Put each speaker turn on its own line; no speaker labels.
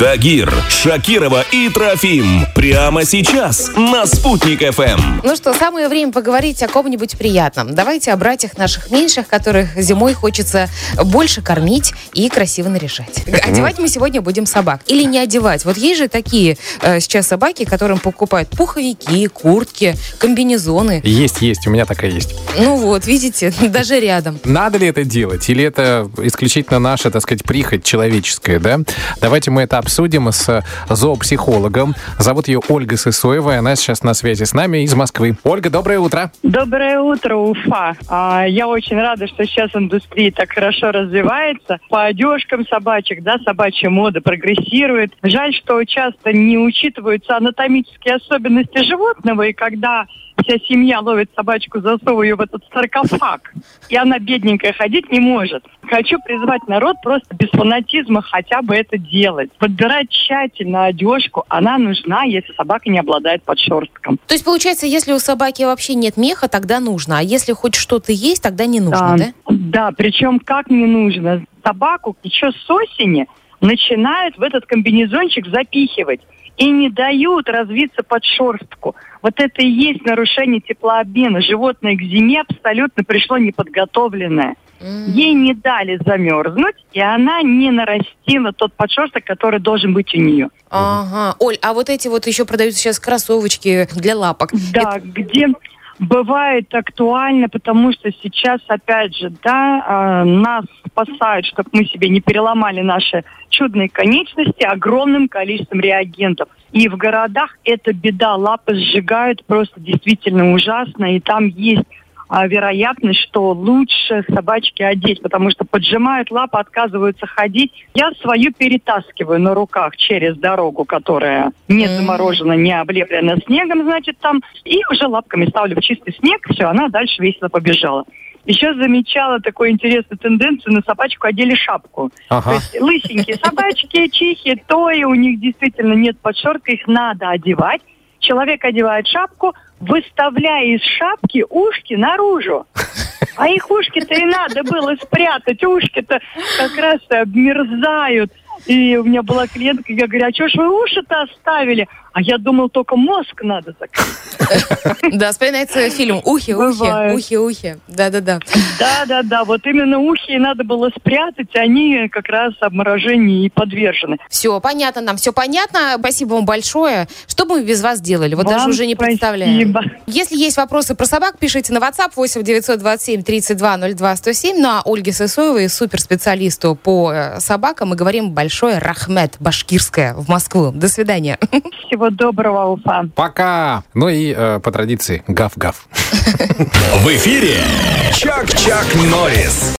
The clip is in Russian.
Тагир, Шакирова и Трофим. Прямо сейчас на Спутник ФМ.
Ну что, самое время поговорить о ком-нибудь приятном. Давайте о братьях наших меньших, которых зимой хочется больше кормить и красиво наряжать. Одевать мы сегодня будем собак. Или не одевать. Вот есть же такие сейчас собаки, которым покупают пуховики, куртки, комбинезоны.
Есть, у меня такая есть.
Ну вот, видите, даже рядом.
Надо ли это делать? Или это исключительно наша, так сказать, прихоть человеческая, да? Давайте мы это обсудим с зоопсихологом. Зовут ее Ольга Сысоева, и она сейчас на связи с нами из Москвы. Ольга, доброе утро.
Доброе утро, Уфа. Я очень рада, что сейчас индустрия так хорошо развивается. По одежкам собачек, да, собачья мода прогрессирует. Жаль, что часто не учитываются анатомические особенности животного, и когда вся семья ловит собачку, засовывая ее в этот саркофаг, и она, бедненькая, ходить не может. Хочу призвать народ просто без фанатизма хотя бы это делать. Подбирать тщательно одежку, она нужна, если собака не обладает подшерстком.
То есть, получается, если у собаки вообще нет меха, тогда нужно, а если хоть что-то есть, тогда не нужно, да?
Да, причем как не нужно. Собаку еще с осени начинают в этот комбинезончик запихивать и не дают развиться под шерстку. Вот это и есть нарушение теплообмена. Животное к зиме абсолютно пришло неподготовленное. Ей не дали замерзнуть, и она не нарастила тот подшерсток, который должен быть у нее.
Ага. Оль, а вот эти вот еще продаются сейчас кроссовочки для лапок.
Да, где бывает актуально, потому что сейчас, опять же, да, нас спасают, чтобы мы себе не переломали наши чудные конечности огромным количеством реагентов. И в городах это беда, лапы сжигают просто действительно ужасно, и там есть вероятность, что лучше собачки одеть, потому что поджимают лапы, отказываются ходить. Я свою перетаскиваю на руках через дорогу, которая не заморожена, не облеплена снегом, значит, там, и уже лапками ставлю в чистый снег, все, она дальше весело побежала. Еще замечала такую интересную тенденцию, на собачку одели шапку.
Ага.
То есть лысенькие собачки, чихи, тои, у них действительно нет подшерстка, их надо одевать. Человек одевает шапку, выставляя из шапки ушки наружу. А их ушки-то и надо было спрятать. Ушки-то как раз обмерзают. И у меня была клиентка, я говорю, а что ж вы уши-то оставили? А я думал, только мозг надо закрыть.
Да, вспоминается фильм «Ухи». Да-да-да.
Да, вот именно ухи надо было спрятать, они как раз обморожению и подвержены.
Все понятно нам, все понятно. Спасибо вам большое. Что бы мы без вас делали? Вот вам даже уже не представляем. Если есть вопросы про собак, пишите на WhatsApp 8 927 32 02 107. Ну а Ольге Сысоевой, суперспециалисту по собакам, мы говорим большое рахмет башкирское в Москву. До свидания.
Всего доброго, Уфа.
Пока! Ну и по традиции, гав-гав.
В эфире Чак-Чак Норрис.